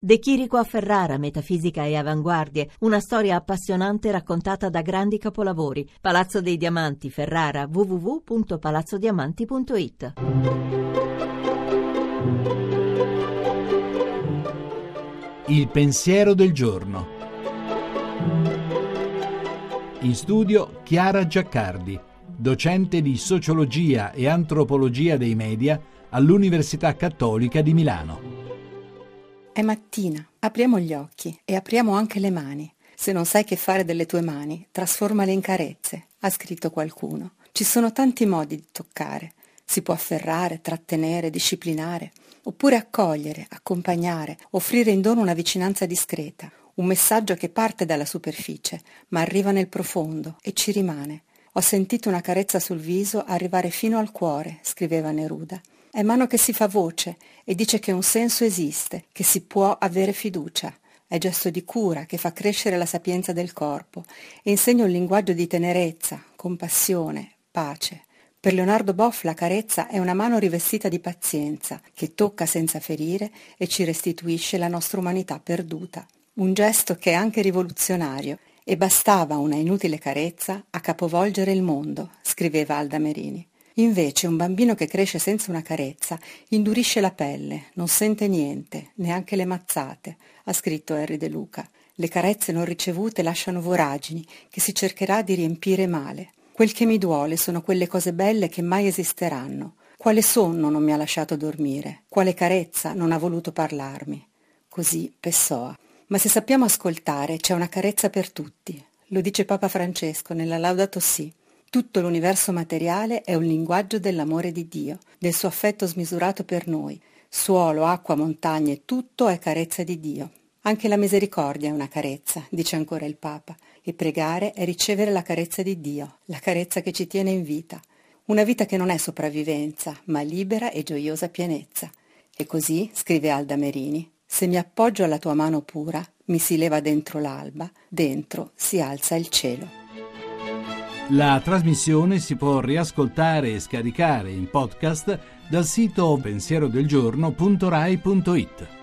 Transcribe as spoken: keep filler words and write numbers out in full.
De Chirico a Ferrara, metafisica e avanguardie, una storia appassionante raccontata da grandi capolavori. Palazzo dei Diamanti, Ferrara, w w w punto palazzo diamanti punto i t. Il pensiero del giorno. In studio Chiara Giaccardi, docente di sociologia e antropologia dei media all'Università Cattolica di Milano. È mattina, apriamo gli occhi e apriamo anche le mani. Se non sai che fare delle tue mani, trasformale in carezze, ha scritto qualcuno. Ci sono tanti modi di toccare. Si può afferrare, trattenere, disciplinare, oppure accogliere, accompagnare, offrire in dono una vicinanza discreta, un messaggio che parte dalla superficie, ma arriva nel profondo e ci rimane. Ho sentito una carezza sul viso arrivare fino al cuore, scriveva Neruda. È mano che si fa voce e dice che un senso esiste, che si può avere fiducia. È gesto di cura che fa crescere la sapienza del corpo e insegna un linguaggio di tenerezza, compassione, pace. Per Leonardo Boff la carezza è una mano rivestita di pazienza, che tocca senza ferire e ci restituisce la nostra umanità perduta. Un gesto che è anche rivoluzionario, e bastava una inutile carezza a capovolgere il mondo, scriveva Alda Merini. Invece un bambino che cresce senza una carezza indurisce la pelle, non sente niente, neanche le mazzate, ha scritto Henry De Luca. Le carezze non ricevute lasciano voragini che si cercherà di riempire male. Quel che mi duole sono quelle cose belle che mai esisteranno. Quale sonno non mi ha lasciato dormire? Quale carezza non ha voluto parlarmi? Così Pessoa. Ma se sappiamo ascoltare, c'è una carezza per tutti. Lo dice Papa Francesco nella Laudato Si. Tutto l'universo materiale è un linguaggio dell'amore di Dio, del suo affetto smisurato per noi. Suolo, acqua, montagne, tutto è carezza di Dio. Anche la misericordia è una carezza, dice ancora il Papa, e pregare è ricevere la carezza di Dio, la carezza che ci tiene in vita. Una vita che non è sopravvivenza, ma libera e gioiosa pienezza. E così, scrive Alda Merini, se mi appoggio alla tua mano pura, mi si leva dentro l'alba, dentro si alza il cielo. La trasmissione si può riascoltare e scaricare in podcast dal sito pensierodelgiorno punto rai punto it.